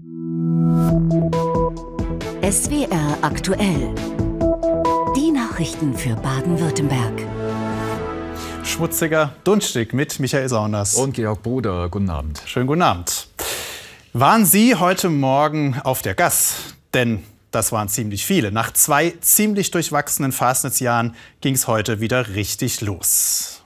SWR aktuell. Die Nachrichten für Baden-Württemberg. Schmutziger Dunstig mit Michael Saunders. Und Georg Bruder, guten Abend. Schönen guten Abend. Waren Sie heute Morgen auf der Gass? Denn das waren ziemlich viele. Nach 2 ziemlich durchwachsenen Fastnachtsjahren ging es heute wieder richtig los.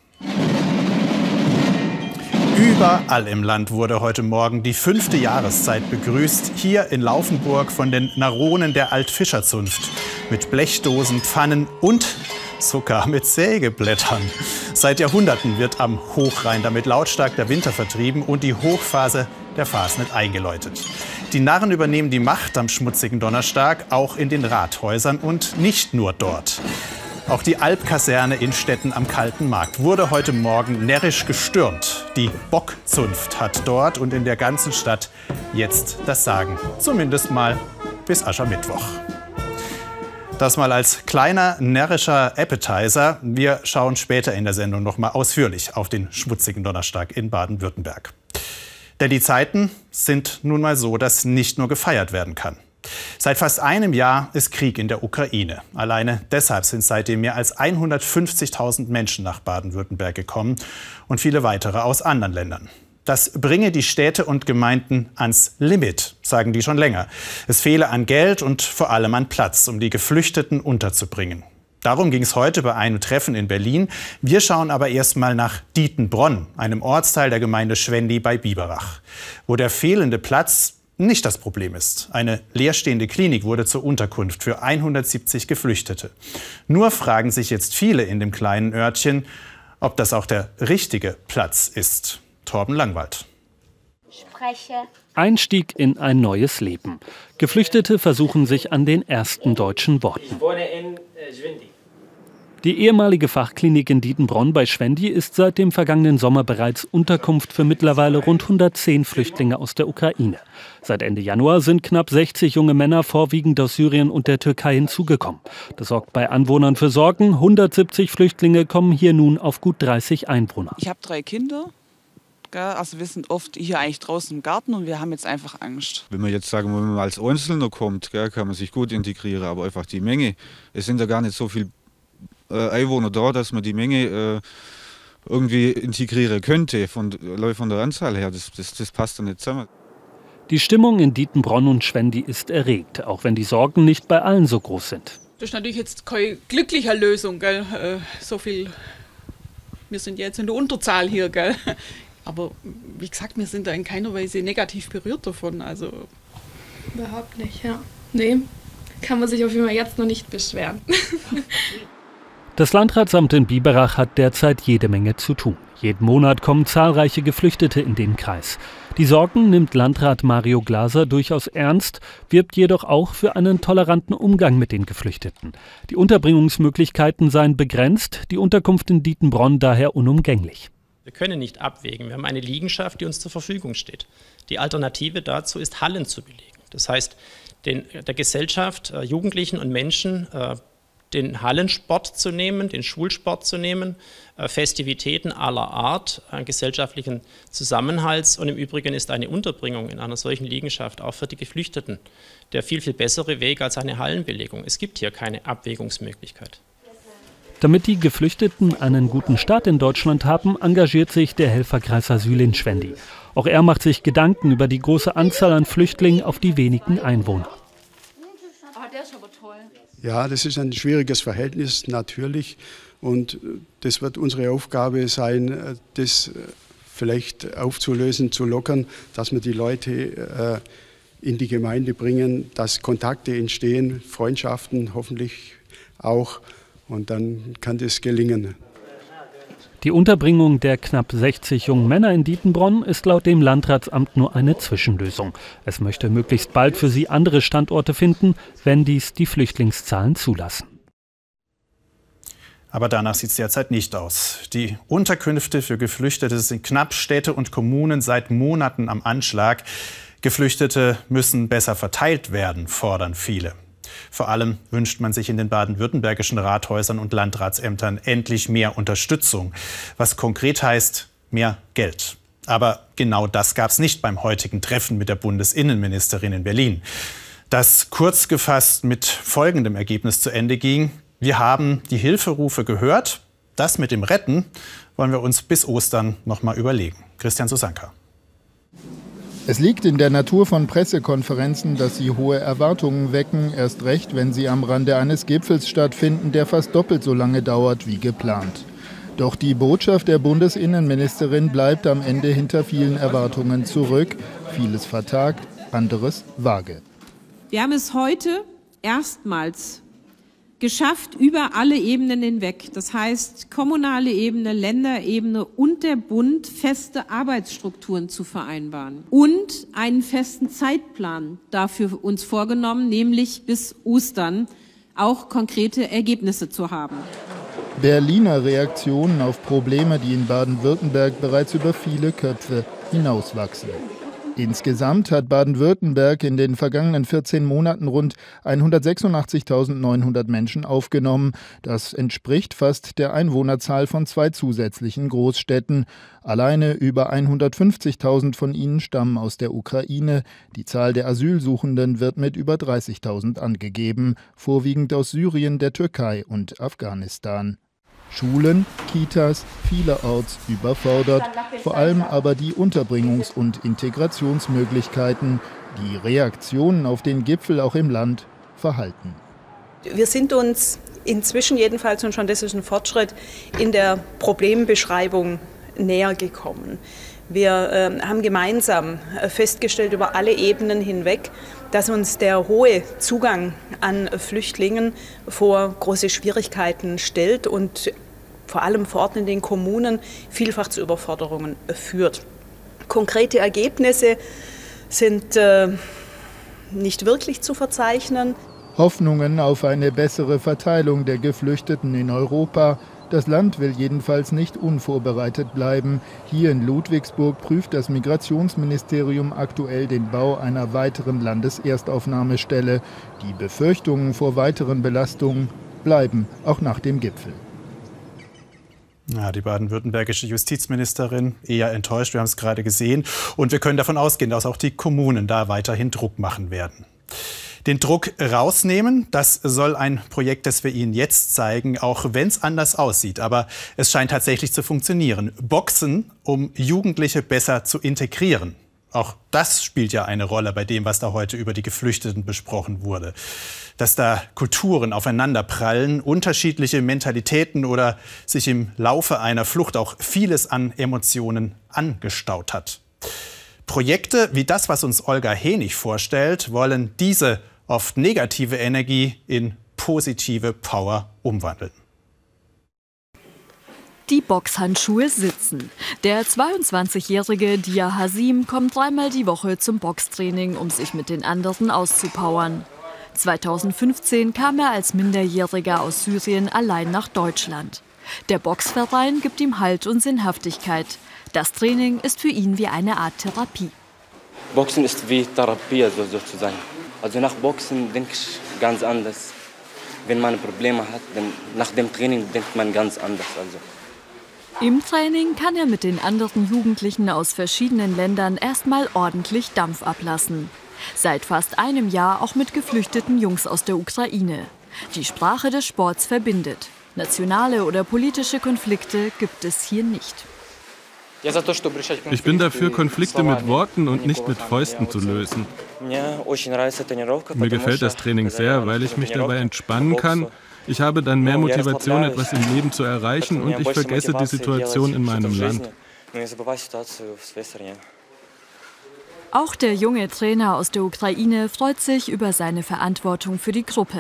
Überall im Land wurde heute Morgen die 5. Jahreszeit begrüßt. Hier in Laufenburg von den Naronen der Altfischerzunft. Mit Blechdosen, Pfannen und sogar mit Sägeblättern. Seit Jahrhunderten wird am Hochrhein damit lautstark der Winter vertrieben und die Hochphase der Fasnet eingeläutet. Die Narren übernehmen die Macht am schmutzigen Donnerstag, auch in den Rathäusern und nicht nur dort. Auch die Alpkaserne in Stetten am Kalten Markt wurde heute Morgen närrisch gestürmt. Die Bockzunft hat dort und in der ganzen Stadt jetzt das Sagen. Zumindest mal bis Aschermittwoch. Das mal als kleiner närrischer Appetizer. Wir schauen später in der Sendung noch mal ausführlich auf den schmutzigen Donnerstag in Baden-Württemberg. Denn die Zeiten sind nun mal so, dass nicht nur gefeiert werden kann. Seit fast einem Jahr ist Krieg in der Ukraine. Alleine deshalb sind seitdem mehr als 150.000 Menschen nach Baden-Württemberg gekommen und viele weitere aus anderen Ländern. Das bringe die Städte und Gemeinden ans Limit, sagen die schon länger. Es fehle an Geld und vor allem an Platz, um die Geflüchteten unterzubringen. Darum ging es heute bei einem Treffen in Berlin. Wir schauen aber erst mal nach Dietenbronn, einem Ortsteil der Gemeinde Schwendi bei Biberach, wo der fehlende Platz nicht das Problem ist. Eine leerstehende Klinik wurde zur Unterkunft für 170 Geflüchtete. Nur fragen sich jetzt viele in dem kleinen Örtchen, ob das auch der richtige Platz ist. Torben Langwald. Einstieg in ein neues Leben. Geflüchtete versuchen sich an den ersten deutschen Worten. Ich wohne in Schwendi. Die ehemalige Fachklinik in Dietenbronn bei Schwendi ist seit dem vergangenen Sommer bereits Unterkunft für mittlerweile rund 110 Flüchtlinge aus der Ukraine. Seit Ende Januar sind knapp 60 junge Männer vorwiegend aus Syrien und der Türkei hinzugekommen. Das sorgt bei Anwohnern für Sorgen. 170 Flüchtlinge kommen hier nun auf gut 30 Einwohner. Ich habe 3 Kinder. Also wir sind oft hier eigentlich draußen im Garten und wir haben jetzt einfach Angst. Wenn man jetzt sagen, wenn man als Einzelner kommt, kann man sich gut integrieren, aber einfach die Menge. Es sind ja gar nicht so viele Einwohner da, dass man die Menge irgendwie integrieren könnte, von der Anzahl her. Das passt dann nicht zusammen. Die Stimmung in Dietenbronn und Schwendi ist erregt, auch wenn die Sorgen nicht bei allen so groß sind. Das ist natürlich jetzt keine glückliche Lösung, gell? So viel. Wir sind jetzt in der Unterzahl hier, gell? Aber wie gesagt, wir sind da in keiner Weise negativ berührt davon. Also überhaupt nicht, ja. Nee, kann man sich auf jeden Fall jetzt noch nicht beschweren. Das Landratsamt in Biberach hat derzeit jede Menge zu tun. Jeden Monat kommen zahlreiche Geflüchtete in den Kreis. Die Sorgen nimmt Landrat Mario Glaser durchaus ernst, wirbt jedoch auch für einen toleranten Umgang mit den Geflüchteten. Die Unterbringungsmöglichkeiten seien begrenzt, die Unterkunft in Dietenbronn daher unumgänglich. Wir können nicht abwägen. Wir haben eine Liegenschaft, die uns zur Verfügung steht. Die Alternative dazu ist, Hallen zu belegen. Das heißt, der Gesellschaft, Jugendlichen und Menschen den Hallensport zu nehmen, den Schulsport zu nehmen, Festivitäten aller Art, gesellschaftlichen Zusammenhalts. Und im Übrigen ist eine Unterbringung in einer solchen Liegenschaft auch für die Geflüchteten der viel, viel bessere Weg als eine Hallenbelegung. Es gibt hier keine Abwägungsmöglichkeit. Damit die Geflüchteten einen guten Start in Deutschland haben, engagiert sich der Helferkreis Asyl in Schwendi. Auch er macht sich Gedanken über die große Anzahl an Flüchtlingen auf die wenigen Einwohner. Ja, das ist ein schwieriges Verhältnis natürlich und das wird unsere Aufgabe sein, das vielleicht aufzulösen, zu lockern, dass wir die Leute in die Gemeinde bringen, dass Kontakte entstehen, Freundschaften hoffentlich auch. Und dann kann das gelingen. Die Unterbringung der knapp 60 jungen Männer in Dietenbronn ist laut dem Landratsamt nur eine Zwischenlösung. Es möchte möglichst bald für sie andere Standorte finden, wenn dies die Flüchtlingszahlen zulassen. Aber danach sieht es derzeit nicht aus. Die Unterkünfte für Geflüchtete sind knapp, Städte und Kommunen seit Monaten am Anschlag. Geflüchtete müssen besser verteilt werden, fordern viele. Vor allem wünscht man sich in den baden-württembergischen Rathäusern und Landratsämtern endlich mehr Unterstützung. Was konkret heißt, mehr Geld. Aber genau das gab es nicht beim heutigen Treffen mit der Bundesinnenministerin in Berlin. Das kurz gefasst mit folgendem Ergebnis zu Ende ging: Wir haben die Hilferufe gehört. Das mit dem Retten wollen wir uns bis Ostern noch mal überlegen. Christian Susanka. Es liegt in der Natur von Pressekonferenzen, dass sie hohe Erwartungen wecken, erst recht, wenn sie am Rande eines Gipfels stattfinden, der fast doppelt so lange dauert wie geplant. Doch die Botschaft der Bundesinnenministerin bleibt am Ende hinter vielen Erwartungen zurück. Vieles vertagt, anderes vage. Wir haben es heute erstmals geschafft, über alle Ebenen hinweg, das heißt kommunale Ebene, Länderebene und der Bund, feste Arbeitsstrukturen zu vereinbaren und einen festen Zeitplan dafür uns vorgenommen, nämlich bis Ostern auch konkrete Ergebnisse zu haben. Berliner Reaktionen auf Probleme, die in Baden-Württemberg bereits über viele Köpfe hinauswachsen. Insgesamt hat Baden-Württemberg in den vergangenen 14 Monaten rund 186.900 Menschen aufgenommen. Das entspricht fast der Einwohnerzahl von 2 zusätzlichen Großstädten. Alleine über 150.000 von ihnen stammen aus der Ukraine. Die Zahl der Asylsuchenden wird mit über 30.000 angegeben, vorwiegend aus Syrien, der Türkei und Afghanistan. Schulen, Kitas, vielerorts überfordert, vor allem aber die Unterbringungs- und Integrationsmöglichkeiten, die Reaktionen auf den Gipfel auch im Land verhalten. Wir sind uns inzwischen jedenfalls, und schon das ist ein Fortschritt, in der Problembeschreibung näher gekommen. Wir haben gemeinsam festgestellt über alle Ebenen hinweg, dass uns der hohe Zugang an Flüchtlingen vor große Schwierigkeiten stellt und vor allem vor Ort in den Kommunen vielfach zu Überforderungen führt. Konkrete Ergebnisse sind nicht wirklich zu verzeichnen. Hoffnungen auf eine bessere Verteilung der Geflüchteten in Europa. Das Land will jedenfalls nicht unvorbereitet bleiben. Hier in Ludwigsburg prüft das Migrationsministerium aktuell den Bau einer weiteren Landeserstaufnahmestelle. Die Befürchtungen vor weiteren Belastungen bleiben auch nach dem Gipfel. Ja, die baden-württembergische Justizministerin eher enttäuscht, wir haben es gerade gesehen. Und wir können davon ausgehen, dass auch die Kommunen da weiterhin Druck machen werden. Den Druck rausnehmen, das soll ein Projekt, das wir Ihnen jetzt zeigen, auch wenn es anders aussieht. Aber es scheint tatsächlich zu funktionieren. Boxen, um Jugendliche besser zu integrieren. Auch das spielt ja eine Rolle bei dem, was da heute über die Geflüchteten besprochen wurde. Dass da Kulturen aufeinanderprallen, unterschiedliche Mentalitäten oder sich im Laufe einer Flucht auch vieles an Emotionen angestaut hat. Projekte wie das, was uns Olga Henig vorstellt, wollen diese oft negative Energie in positive Power umwandeln. Die Boxhandschuhe sitzen. Der 22-jährige Dia Hasim kommt 3-mal die Woche zum Boxtraining, um sich mit den anderen auszupowern. 2015 kam er als Minderjähriger aus Syrien allein nach Deutschland. Der Boxverein gibt ihm Halt und Sinnhaftigkeit. Das Training ist für ihn wie eine Art Therapie. Boxen ist wie Therapie, also sozusagen. Also nach Boxen denke ich ganz anders. Wenn man Probleme hat, dann nach dem Training denkt man ganz anders. Also. Im Training kann er mit den anderen Jugendlichen aus verschiedenen Ländern erstmal ordentlich Dampf ablassen. Seit fast einem Jahr auch mit geflüchteten Jungs aus der Ukraine. Die Sprache des Sports verbindet. Nationale oder politische Konflikte gibt es hier nicht. Ich bin dafür, Konflikte mit Worten und nicht mit Fäusten zu lösen. Mir gefällt das Training sehr, weil ich mich dabei entspannen kann. Ich habe dann mehr Motivation, etwas im Leben zu erreichen, und ich vergesse die Situation in meinem Land. Auch der junge Trainer aus der Ukraine freut sich über seine Verantwortung für die Gruppe.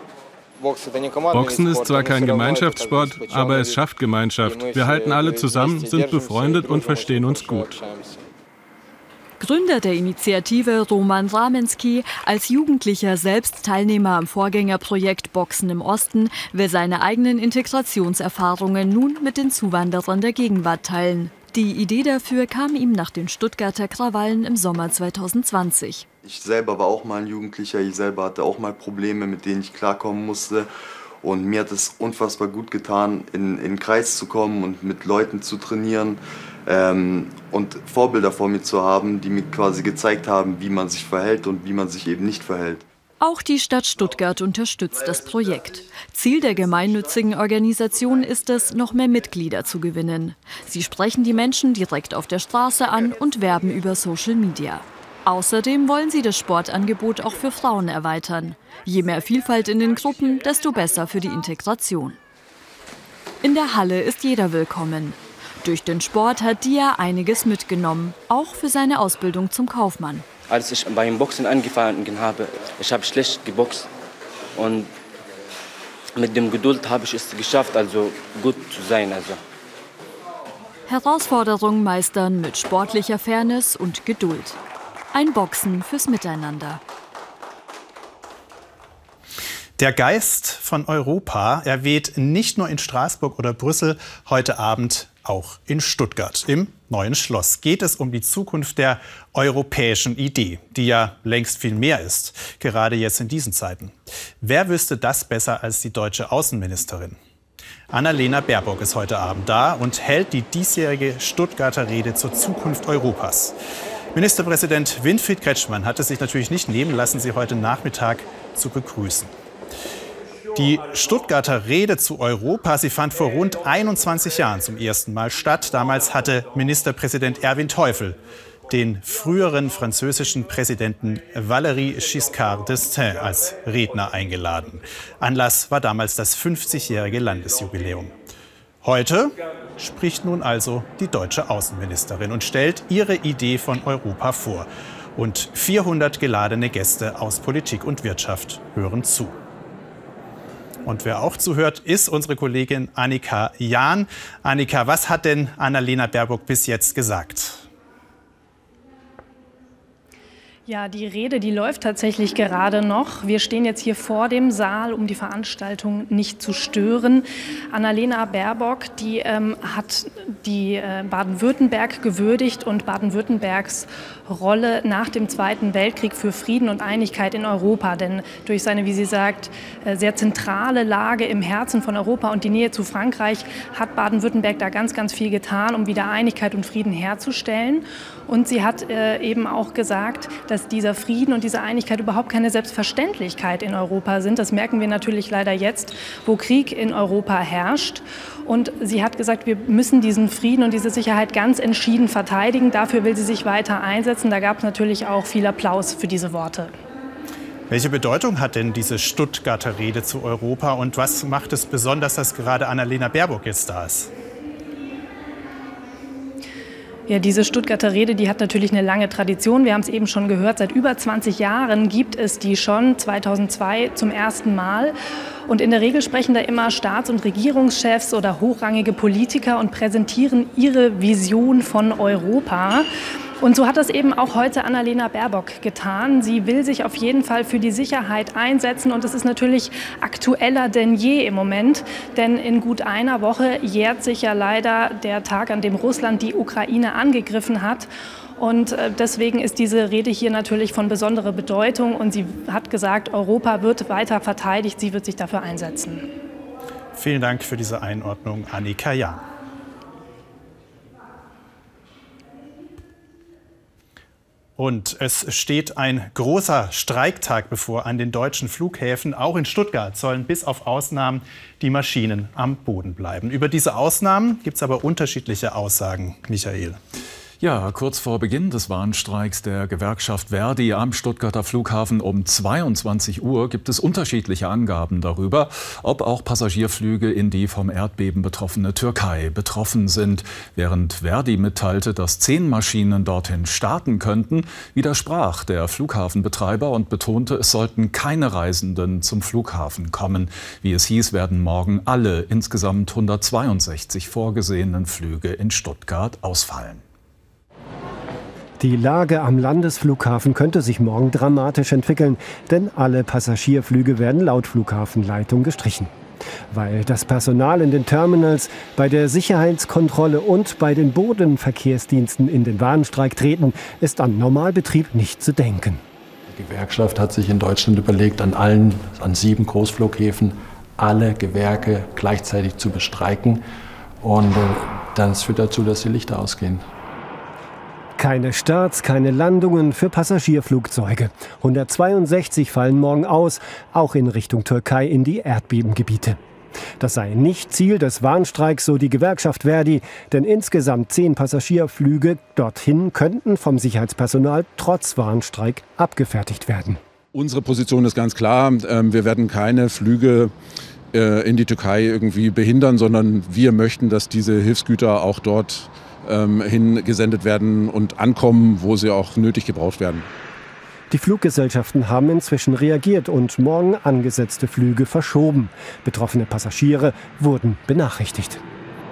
Boxen ist zwar kein Gemeinschaftssport, aber es schafft Gemeinschaft. Wir halten alle zusammen, sind befreundet und verstehen uns gut. Gründer der Initiative Roman Ramensky, als Jugendlicher selbst Teilnehmer am Vorgängerprojekt Boxen im Osten, will seine eigenen Integrationserfahrungen nun mit den Zuwanderern der Gegenwart teilen. Die Idee dafür kam ihm nach den Stuttgarter Krawallen im Sommer 2020. Ich selber war auch mal ein Jugendlicher, ich selber hatte auch mal Probleme, mit denen ich klarkommen musste. Und mir hat es unfassbar gut getan, in den Kreis zu kommen und mit Leuten zu trainieren, und Vorbilder vor mir zu haben, die mir quasi gezeigt haben, wie man sich verhält und wie man sich eben nicht verhält. Auch die Stadt Stuttgart unterstützt das Projekt. Ziel der gemeinnützigen Organisation ist es, noch mehr Mitglieder zu gewinnen. Sie sprechen die Menschen direkt auf der Straße an und werben über Social Media. Außerdem wollen sie das Sportangebot auch für Frauen erweitern. Je mehr Vielfalt in den Gruppen, desto besser für die Integration. In der Halle ist jeder willkommen. Durch den Sport hat Dia einiges mitgenommen, auch für seine Ausbildung zum Kaufmann. Als ich beim Boxen angefangen habe, ich habe schlecht geboxt und mit dem Geduld habe ich es geschafft, also gut zu sein. Herausforderungen meistern mit sportlicher Fairness und Geduld. Ein Boxen fürs Miteinander. Der Geist von Europa, er weht nicht nur in Straßburg oder Brüssel, heute Abend auch in Stuttgart. Im Neuen Schloss geht es um die Zukunft der europäischen Idee, die ja längst viel mehr ist, gerade jetzt in diesen Zeiten. Wer wüsste das besser als die deutsche Außenministerin? Annalena Baerbock ist heute Abend da und hält die diesjährige Stuttgarter Rede zur Zukunft Europas. Ministerpräsident Winfried Kretschmann hat es sich natürlich nicht nehmen lassen, sie heute Nachmittag zu begrüßen. Die Stuttgarter Rede zu Europa, sie fand vor rund 21 Jahren zum ersten Mal statt. Damals hatte Ministerpräsident Erwin Teufel den früheren französischen Präsidenten Valéry Giscard d'Estaing als Redner eingeladen. Anlass war damals das 50-jährige Landesjubiläum. Heute spricht nun also die deutsche Außenministerin und stellt ihre Idee von Europa vor. Und 400 geladene Gäste aus Politik und Wirtschaft hören zu. Und wer auch zuhört, ist unsere Kollegin Annika Jahn. Annika, was hat denn Annalena Baerbock bis jetzt gesagt? Ja, die Rede, die läuft tatsächlich gerade noch. Wir stehen jetzt hier vor dem Saal, um die Veranstaltung nicht zu stören. Annalena Baerbock, die hat die Baden-Württemberg gewürdigt und Baden-Württembergs Rolle nach dem Zweiten Weltkrieg für Frieden und Einigkeit in Europa. Denn durch seine, wie sie sagt, sehr zentrale Lage im Herzen von Europa und die Nähe zu Frankreich hat Baden-Württemberg da ganz, ganz viel getan, um wieder Einigkeit und Frieden herzustellen. Und sie hat eben auch gesagt, dass dieser Frieden und diese Einigkeit überhaupt keine Selbstverständlichkeit in Europa sind. Das merken wir natürlich leider jetzt, wo Krieg in Europa herrscht. Und sie hat gesagt, wir müssen diesen Frieden und diese Sicherheit ganz entschieden verteidigen. Dafür will sie sich weiter einsetzen. Da gab es natürlich auch viel Applaus für diese Worte. Welche Bedeutung hat denn diese Stuttgarter Rede zu Europa und was macht es besonders, dass gerade Annalena Baerbock jetzt da ist? Ja, diese Stuttgarter Rede, die hat natürlich eine lange Tradition. Wir haben es eben schon gehört, seit über 20 Jahren gibt es die schon, 2002 zum ersten Mal. Und in der Regel sprechen da immer Staats- und Regierungschefs oder hochrangige Politiker und präsentieren ihre Vision von Europa. Und so hat das eben auch heute Annalena Baerbock getan. Sie will sich auf jeden Fall für die Sicherheit einsetzen und es ist natürlich aktueller denn je im Moment. Denn in gut einer Woche jährt sich ja leider der Tag, an dem Russland die Ukraine angegriffen hat. Und deswegen ist diese Rede hier natürlich von besonderer Bedeutung. Und sie hat gesagt, Europa wird weiter verteidigt, sie wird sich dafür einsetzen. Vielen Dank für diese Einordnung, Annika Jahn. Und es steht ein großer Streiktag bevor an den deutschen Flughäfen. Auch in Stuttgart sollen bis auf Ausnahmen die Maschinen am Boden bleiben. Über diese Ausnahmen gibt es aber unterschiedliche Aussagen. Michael. Ja, kurz vor Beginn des Warnstreiks der Gewerkschaft Verdi am Stuttgarter Flughafen um 22 Uhr gibt es unterschiedliche Angaben darüber, ob auch Passagierflüge in die vom Erdbeben betroffene Türkei betroffen sind. Während Verdi mitteilte, dass 10 Maschinen dorthin starten könnten, widersprach der Flughafenbetreiber und betonte, es sollten keine Reisenden zum Flughafen kommen. Wie es hieß, werden morgen alle insgesamt 162 vorgesehenen Flüge in Stuttgart ausfallen. Die Lage am Landesflughafen könnte sich morgen dramatisch entwickeln, denn alle Passagierflüge werden laut Flughafenleitung gestrichen. Weil das Personal in den Terminals, bei der Sicherheitskontrolle und bei den Bodenverkehrsdiensten in den Warnstreik treten, ist an Normalbetrieb nicht zu denken. Die Gewerkschaft hat sich in Deutschland überlegt, an 7 Großflughäfen alle Gewerke gleichzeitig zu bestreiken. Und das führt dazu, dass die Lichter ausgehen. Keine Starts, keine Landungen für Passagierflugzeuge. 162 fallen morgen aus, auch in Richtung Türkei in die Erdbebengebiete. Das sei nicht Ziel des Warnstreiks, so die Gewerkschaft Verdi, denn insgesamt 10 Passagierflüge dorthin könnten vom Sicherheitspersonal trotz Warnstreik abgefertigt werden. Unsere Position ist ganz klar, wir werden keine Flüge in die Türkei irgendwie behindern, sondern wir möchten, dass diese Hilfsgüter auch dort hingesendet werden und ankommen, wo sie auch nötig gebraucht werden. Die Fluggesellschaften haben inzwischen reagiert und morgen angesetzte Flüge verschoben. Betroffene Passagiere wurden benachrichtigt.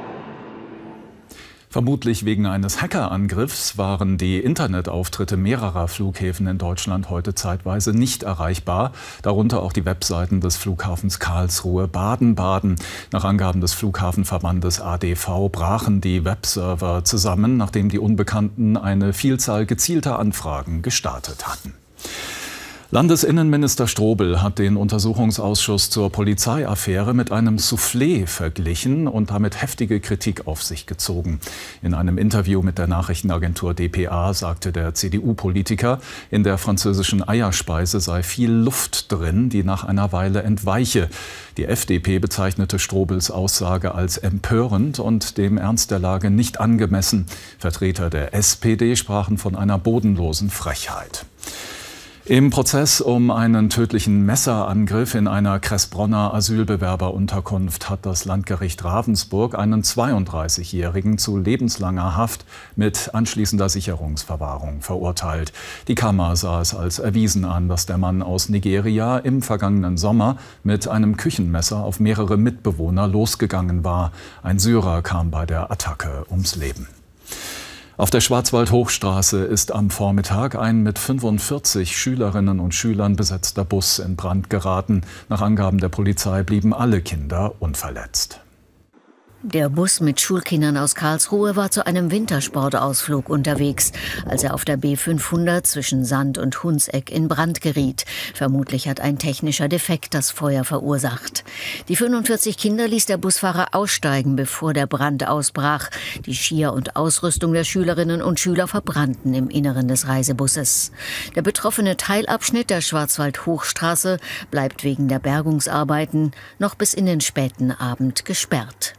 Vermutlich wegen eines Hackerangriffs waren die Internetauftritte mehrerer Flughäfen in Deutschland heute zeitweise nicht erreichbar, darunter auch die Webseiten des Flughafens Karlsruhe Baden-Baden. Nach Angaben des Flughafenverbandes ADV brachen die Webserver zusammen, nachdem die Unbekannten eine Vielzahl gezielter Anfragen gestartet hatten. Landesinnenminister Strobel hat den Untersuchungsausschuss zur Polizeiaffäre mit einem Soufflé verglichen und damit heftige Kritik auf sich gezogen. In einem Interview mit der Nachrichtenagentur dpa sagte der CDU-Politiker, in der französischen Eierspeise sei viel Luft drin, die nach einer Weile entweiche. Die FDP bezeichnete Strobels Aussage als empörend und dem Ernst der Lage nicht angemessen. Vertreter der SPD sprachen von einer bodenlosen Frechheit. Im Prozess um einen tödlichen Messerangriff in einer Kressbronner Asylbewerberunterkunft hat das Landgericht Ravensburg einen 32-Jährigen zu lebenslanger Haft mit anschließender Sicherungsverwahrung verurteilt. Die Kammer sah es als erwiesen an, dass der Mann aus Nigeria im vergangenen Sommer mit einem Küchenmesser auf mehrere Mitbewohner losgegangen war. Ein Syrer kam bei der Attacke ums Leben. Auf der Schwarzwald-Hochstraße ist am Vormittag ein mit 45 Schülerinnen und Schülern besetzter Bus in Brand geraten. Nach Angaben der Polizei blieben alle Kinder unverletzt. Der Bus mit Schulkindern aus Karlsruhe war zu einem Wintersportausflug unterwegs, als er auf der B500 zwischen Sand und Hundseck in Brand geriet. Vermutlich hat ein technischer Defekt das Feuer verursacht. Die 45 Kinder ließ der Busfahrer aussteigen, bevor der Brand ausbrach. Die Skier und Ausrüstung der Schülerinnen und Schüler verbrannten im Inneren des Reisebusses. Der betroffene Teilabschnitt der Schwarzwald-Hochstraße bleibt wegen der Bergungsarbeiten noch bis in den späten Abend gesperrt.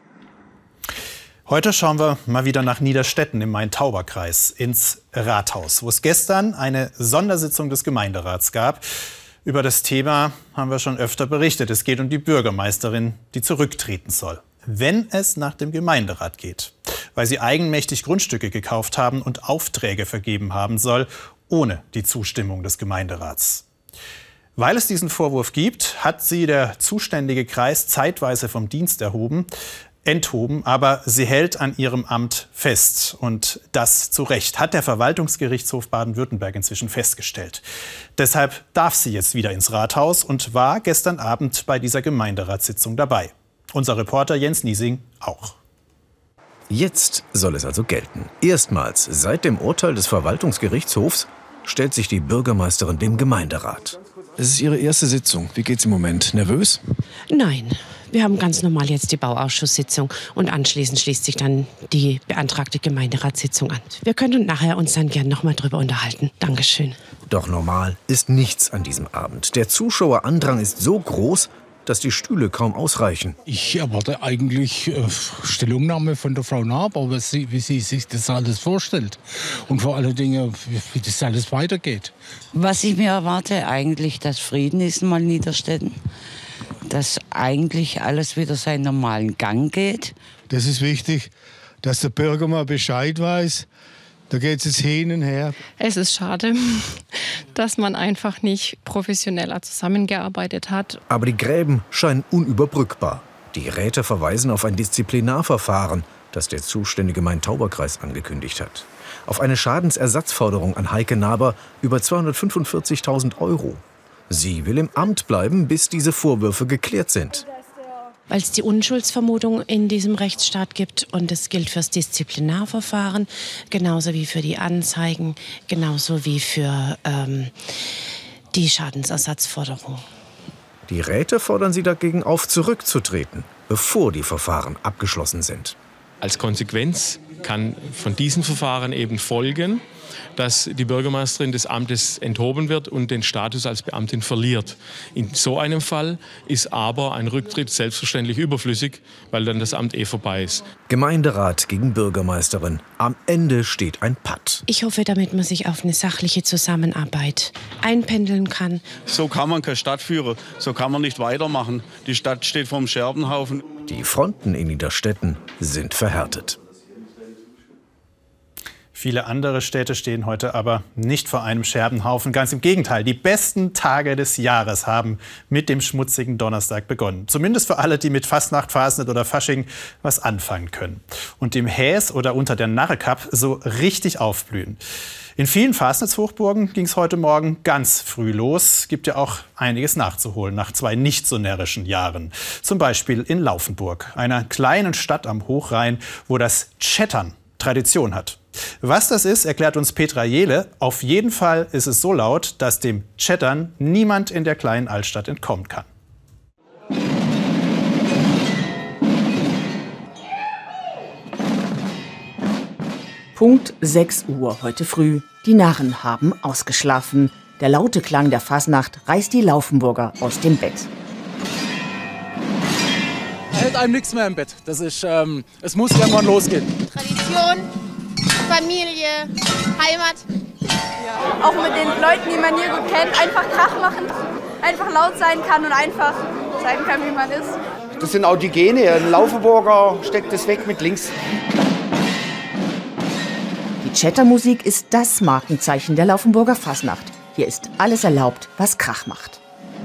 Heute schauen wir mal wieder nach Niederstetten im Main-Tauber-Kreis ins Rathaus, wo es gestern eine Sondersitzung des Gemeinderats gab. Über das Thema haben wir schon öfter berichtet. Es geht um die Bürgermeisterin, die zurücktreten soll, wenn es nach dem Gemeinderat geht, weil sie eigenmächtig Grundstücke gekauft haben und Aufträge vergeben haben soll, ohne die Zustimmung des Gemeinderats. Weil es diesen Vorwurf gibt, hat sie der zuständige Kreis zeitweise vom Dienst enthoben, aber sie hält an ihrem Amt fest. Und das zu Recht, hat der Verwaltungsgerichtshof Baden-Württemberg inzwischen festgestellt. Deshalb darf sie jetzt wieder ins Rathaus und war gestern Abend bei dieser Gemeinderatssitzung dabei. Unser Reporter Jens Niesing auch. Jetzt soll es also gelten. Erstmals seit dem Urteil des Verwaltungsgerichtshofs stellt sich die Bürgermeisterin dem Gemeinderat. Es ist Ihre erste Sitzung. Wie geht's im Moment? Nervös? Nein, wir haben ganz normal jetzt die Bauausschusssitzung und anschließend schließt sich dann die beantragte Gemeinderatssitzung an. Wir können nachher uns dann gern noch mal drüber unterhalten. Dankeschön. Doch normal ist nichts an diesem Abend. Der Zuschauerandrang ist so groß, dass die Stühle kaum ausreichen. Ich erwarte eigentlich Stellungnahme von der Frau Naab, aber wie sie sich das alles vorstellt und vor allen Dingen, wie das alles weitergeht. Was ich mir erwarte, eigentlich, dass Frieden ist mal in Niederstetten, dass eigentlich alles wieder seinen normalen Gang geht. Das ist wichtig, dass der Bürger mal Bescheid weiß. Da geht es jetzt hin und her. Es ist schade, dass man einfach nicht professioneller zusammengearbeitet hat. Aber die Gräben scheinen unüberbrückbar. Die Räte verweisen auf ein Disziplinarverfahren, das der zuständige Main-Tauber-Kreis angekündigt hat. Auf eine Schadensersatzforderung an Heike Naber über 245.000 €. Sie will im Amt bleiben, bis diese Vorwürfe geklärt sind. Weil es die Unschuldsvermutung in diesem Rechtsstaat gibt und das gilt fürs Disziplinarverfahren, genauso wie für die Anzeigen, genauso wie für die Schadensersatzforderung. Die Räte fordern sie dagegen auf, zurückzutreten, bevor die Verfahren abgeschlossen sind. Als Konsequenz kann von diesen Verfahren eben folgen, dass die Bürgermeisterin des Amtes enthoben wird und den Status als Beamtin verliert. In so einem Fall ist aber ein Rücktritt selbstverständlich überflüssig, weil dann das Amt vorbei ist. Gemeinderat gegen Bürgermeisterin. Am Ende steht ein Patt. Ich hoffe, damit man sich auf eine sachliche Zusammenarbeit einpendeln kann. So kann man keine Stadt führen, so kann man nicht weitermachen. Die Stadt steht vorm Scherbenhaufen. Die Fronten in Niederstetten sind verhärtet. Viele andere Städte stehen heute aber nicht vor einem Scherbenhaufen. Ganz im Gegenteil, die besten Tage des Jahres haben mit dem schmutzigen Donnerstag begonnen. Zumindest für alle, die mit Fastnacht, Fasnet oder Fasching was anfangen können. Und dem Häs oder unter der Narrekapp so richtig aufblühen. In vielen Fastnachtshochburgen ging es heute Morgen ganz früh los. Gibt ja auch einiges nachzuholen nach 2 nicht so närrischen Jahren. Zum Beispiel in Laufenburg, einer kleinen Stadt am Hochrhein, wo das Tschettern Tradition hat. Was das ist, erklärt uns Petra Jehle. Auf jeden Fall ist es so laut, dass dem Tschettern niemand in der kleinen Altstadt entkommen kann. Punkt 6 Uhr heute früh. Die Narren haben ausgeschlafen. Der laute Klang der Fasnacht reißt die Laufenburger aus dem Bett. Hält einem nichts mehr im Bett. Das ist, es muss irgendwann losgehen. Tradition, Familie, Heimat. Ja. Auch mit den Leuten, die man hier gut kennt, einfach Krach machen, einfach laut sein kann und einfach zeigen kann, wie man ist. Das sind auch die Gene. Ein Laufenburger steckt es weg mit links. Die Tschettermusik ist das Markenzeichen der Laufenburger Fasnacht. Hier ist alles erlaubt, was Krach macht.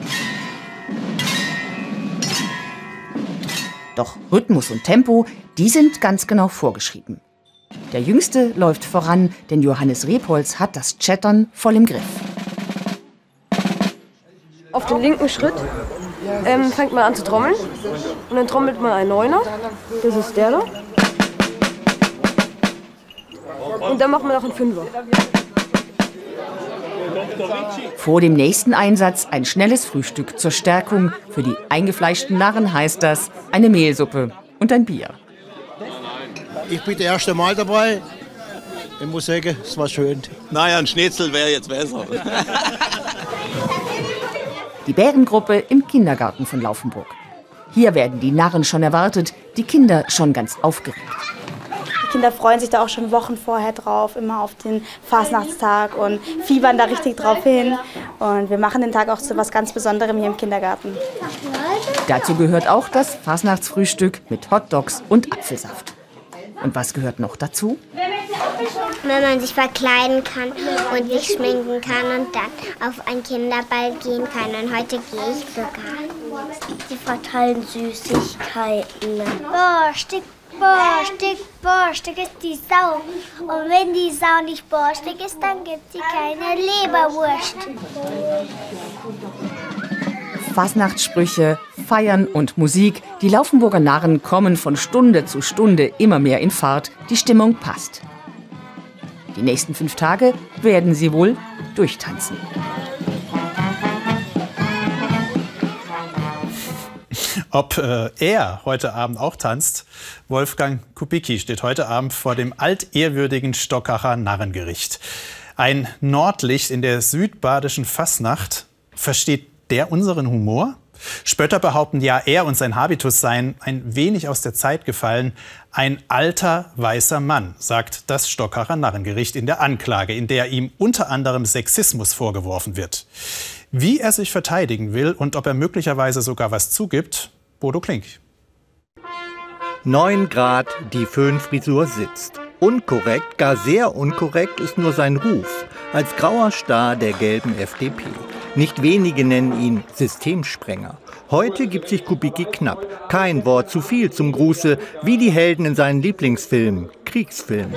Doch Rhythmus und Tempo, die sind ganz genau vorgeschrieben. Der Jüngste läuft voran, denn Johannes Rebholz hat das Tschettern voll im Griff. Auf den linken Schritt fängt man an zu trommeln und dann trommelt man einen Neuner, das ist der da. Und dann macht man noch einen Fünfer. Vor dem nächsten Einsatz ein schnelles Frühstück zur Stärkung. Für die eingefleischten Narren heißt das eine Mehlsuppe und ein Bier. Ich bin das erste Mal dabei. Ich muss sagen, es war schön. Naja, ein Schnitzel wäre jetzt besser. Die Bärengruppe im Kindergarten von Laufenburg. Hier werden die Narren schon erwartet, die Kinder schon ganz aufgeregt. Die Kinder freuen sich da auch schon Wochen vorher drauf, immer auf den Fasnachtstag und fiebern da richtig drauf hin. Und wir machen den Tag auch zu was ganz Besonderem hier im Kindergarten. Dazu gehört auch das Fasnachtsfrühstück mit Hotdogs und Apfelsaft. Und was gehört noch dazu? Wenn man sich verkleiden kann und sich schminken kann und dann auf einen Kinderball gehen kann. Und heute gehe ich sogar. Sie verteilen Süßigkeiten. Borstig, borstig, borstig ist die Sau. Und wenn die Sau nicht borstig ist, dann gibt sie keine Leberwurst. Fasnachtssprüche, Feiern und Musik. Die Laufenburger Narren kommen von Stunde zu Stunde immer mehr in Fahrt. Die Stimmung passt. Die nächsten 5 Tage werden sie wohl durchtanzen. Ob er heute Abend auch tanzt? Wolfgang Kubicki steht heute Abend vor dem altehrwürdigen Stockacher Narrengericht. Ein Nordlicht in der südbadischen Fasnacht. Versteht der unseren Humor? Spötter behaupten ja, er und sein Habitus seien ein wenig aus der Zeit gefallen. Ein alter, weißer Mann, sagt das Stockacher Narrengericht in der Anklage, in der ihm unter anderem Sexismus vorgeworfen wird. Wie er sich verteidigen will und ob er möglicherweise sogar was zugibt, Bodo Klink. 9 Grad, die Föhnfrisur sitzt. Unkorrekt, gar sehr unkorrekt ist nur sein Ruf als grauer Star der gelben FDP. Nicht wenige nennen ihn Systemsprenger. Heute gibt sich Kubicki knapp. Kein Wort zu viel zum Gruße, wie die Helden in seinen Lieblingsfilmen, Kriegsfilmen.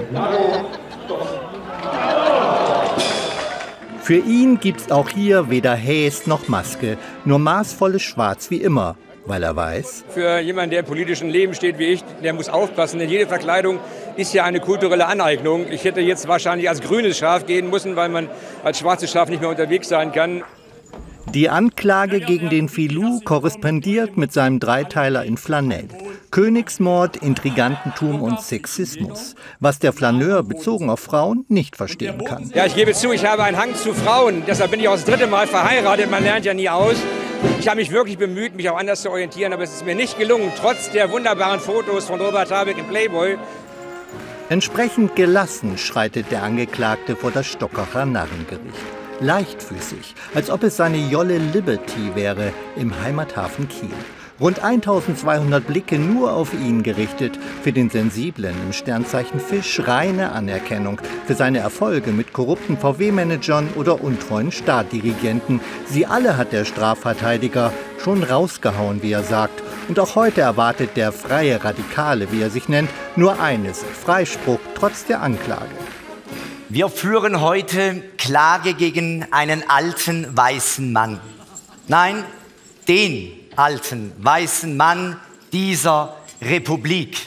Für ihn gibt's auch hier weder Häs noch Maske, nur maßvolles Schwarz wie immer, weil er weiß. Für jemanden, der im politischen Leben steht wie ich, der muss aufpassen, denn jede Verkleidung ist ja eine kulturelle Aneignung. Ich hätte jetzt wahrscheinlich als grünes Schaf gehen müssen, weil man als schwarzes Schaf nicht mehr unterwegs sein kann. Die Anklage gegen den Filou korrespondiert mit seinem Dreiteiler in Flanell. Königsmord, Intrigantentum und Sexismus. Was der Flaneur bezogen auf Frauen nicht verstehen kann. Ja, ich gebe zu, ich habe einen Hang zu Frauen. Deshalb bin ich auch das 3. Mal verheiratet. Man lernt ja nie aus. Ich habe mich wirklich bemüht, mich auch anders zu orientieren. Aber es ist mir nicht gelungen, trotz der wunderbaren Fotos von Robert Habeck im Playboy. Entsprechend gelassen schreitet der Angeklagte vor das Stockacher Narrengericht. Leichtfüßig, als ob es seine Jolle Liberty wäre im Heimathafen Kiel. Rund 1200 Blicke nur auf ihn gerichtet. Für den Sensiblen im Sternzeichen Fisch reine Anerkennung. Für seine Erfolge mit korrupten VW-Managern oder untreuen Startdirigenten. Sie alle hat der Strafverteidiger schon rausgehauen, wie er sagt. Und auch heute erwartet der freie Radikale, wie er sich nennt, nur eines: Freispruch trotz der Anklage. Wir führen heute Klage gegen einen alten weißen Mann. Nein, den alten weißen Mann dieser Republik.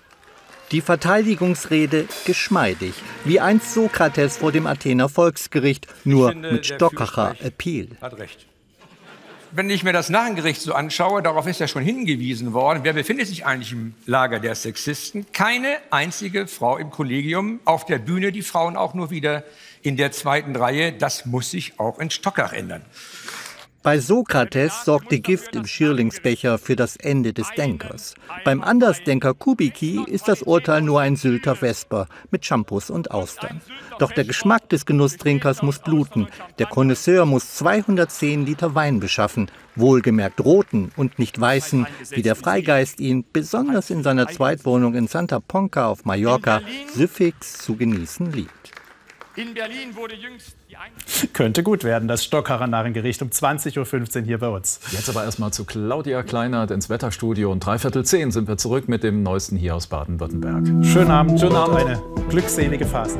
Die Verteidigungsrede geschmeidig, wie einst Sokrates vor dem Athener Volksgericht, nur mit Stockacher Appeal. Hat recht. Wenn ich mir das Narrengericht so anschaue, darauf ist ja schon hingewiesen worden, wer befindet sich eigentlich im Lager der Sexisten? Keine einzige Frau im Kollegium, auf der Bühne die Frauen auch nur wieder in der 2. Reihe. Das muss sich auch in Stockach ändern. Bei Sokrates sorgte Gift im Schierlingsbecher für das Ende des Denkers. Beim Andersdenker Kubicki ist das Urteil nur ein Sylter Vesper mit Shampoos und Austern. Doch der Geschmack des Genusstrinkers muss bluten. Der Connoisseur muss 210 Liter Wein beschaffen, wohlgemerkt roten und nicht weißen, wie der Freigeist ihn, besonders in seiner Zweitwohnung in Santa Ponca auf Mallorca, süffig zu genießen liebt. In Berlin wurde jüngst Könnte gut werden, das Stockacher Narrengericht um 20:15 Uhr hier bei uns. Jetzt aber erstmal zu Claudia Kleinert ins Wetterstudio. Um 9:45 sind wir zurück mit dem Neuesten hier aus Baden-Württemberg. Schönen Abend, schönen Abend. Eine glückselige Phase.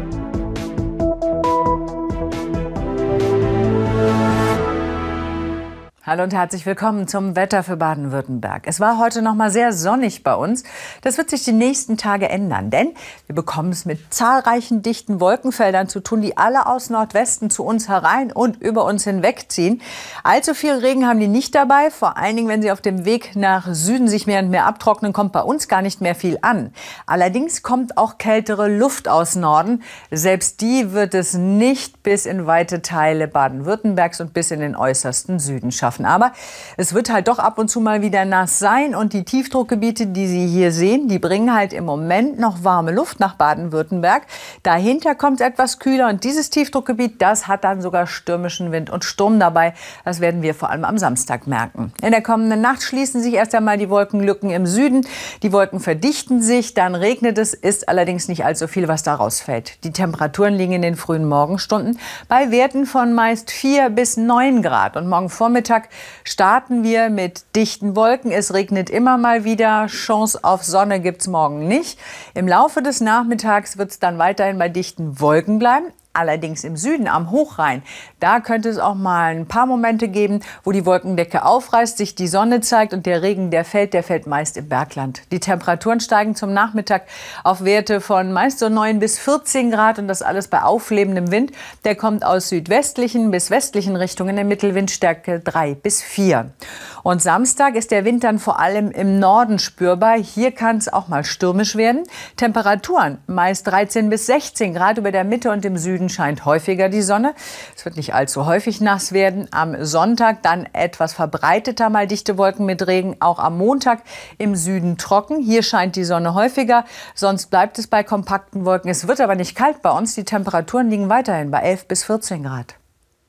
Hallo und herzlich willkommen zum Wetter für Baden-Württemberg. Es war heute noch mal sehr sonnig bei uns. Das wird sich die nächsten Tage ändern, denn wir bekommen es mit zahlreichen dichten Wolkenfeldern zu tun, die alle aus Nordwesten zu uns herein und über uns hinwegziehen. Allzu viel Regen haben die nicht dabei. Vor allen Dingen, wenn sie auf dem Weg nach Süden sich mehr und mehr abtrocknen, kommt bei uns gar nicht mehr viel an. Allerdings kommt auch kältere Luft aus Norden. Selbst die wird es nicht bis in weite Teile Baden-Württembergs und bis in den äußersten Süden schaffen. Aber es wird halt doch ab und zu mal wieder nass sein und die Tiefdruckgebiete, die Sie hier sehen, die bringen halt im Moment noch warme Luft nach Baden-Württemberg. Dahinter kommt es etwas kühler und dieses Tiefdruckgebiet, das hat dann sogar stürmischen Wind und Sturm dabei. Das werden wir vor allem am Samstag merken. In der kommenden Nacht schließen sich erst einmal die Wolkenlücken im Süden. Die Wolken verdichten sich, dann regnet es, ist allerdings nicht allzu viel, was da rausfällt. Die Temperaturen liegen in den frühen Morgenstunden bei Werten von meist 4 bis 9 Grad. Und morgen Vormittag starten wir mit dichten Wolken. Es regnet immer mal wieder. Chance auf Sonne gibt es morgen nicht. Im Laufe des Nachmittags wird es dann weiterhin bei dichten Wolken bleiben. Allerdings im Süden am Hochrhein, da könnte es auch mal ein paar Momente geben, wo die Wolkendecke aufreißt, sich die Sonne zeigt und der Regen, der fällt meist im Bergland. Die Temperaturen steigen zum Nachmittag auf Werte von meist so 9 bis 14 Grad und das alles bei auflebendem Wind. Der kommt aus südwestlichen bis westlichen Richtungen in Mittelwindstärke 3 bis 4. Und Samstag ist der Wind dann vor allem im Norden spürbar. Hier kann es auch mal stürmisch werden. Temperaturen meist 13 bis 16 Grad über der Mitte und im Süden scheint häufiger die Sonne. Es wird nicht allzu häufig nass werden. Am Sonntag dann etwas verbreiteter mal dichte Wolken mit Regen. Auch am Montag im Süden trocken. Hier scheint die Sonne häufiger. Sonst bleibt es bei kompakten Wolken. Es wird aber nicht kalt bei uns. Die Temperaturen liegen weiterhin bei 11 bis 14 Grad.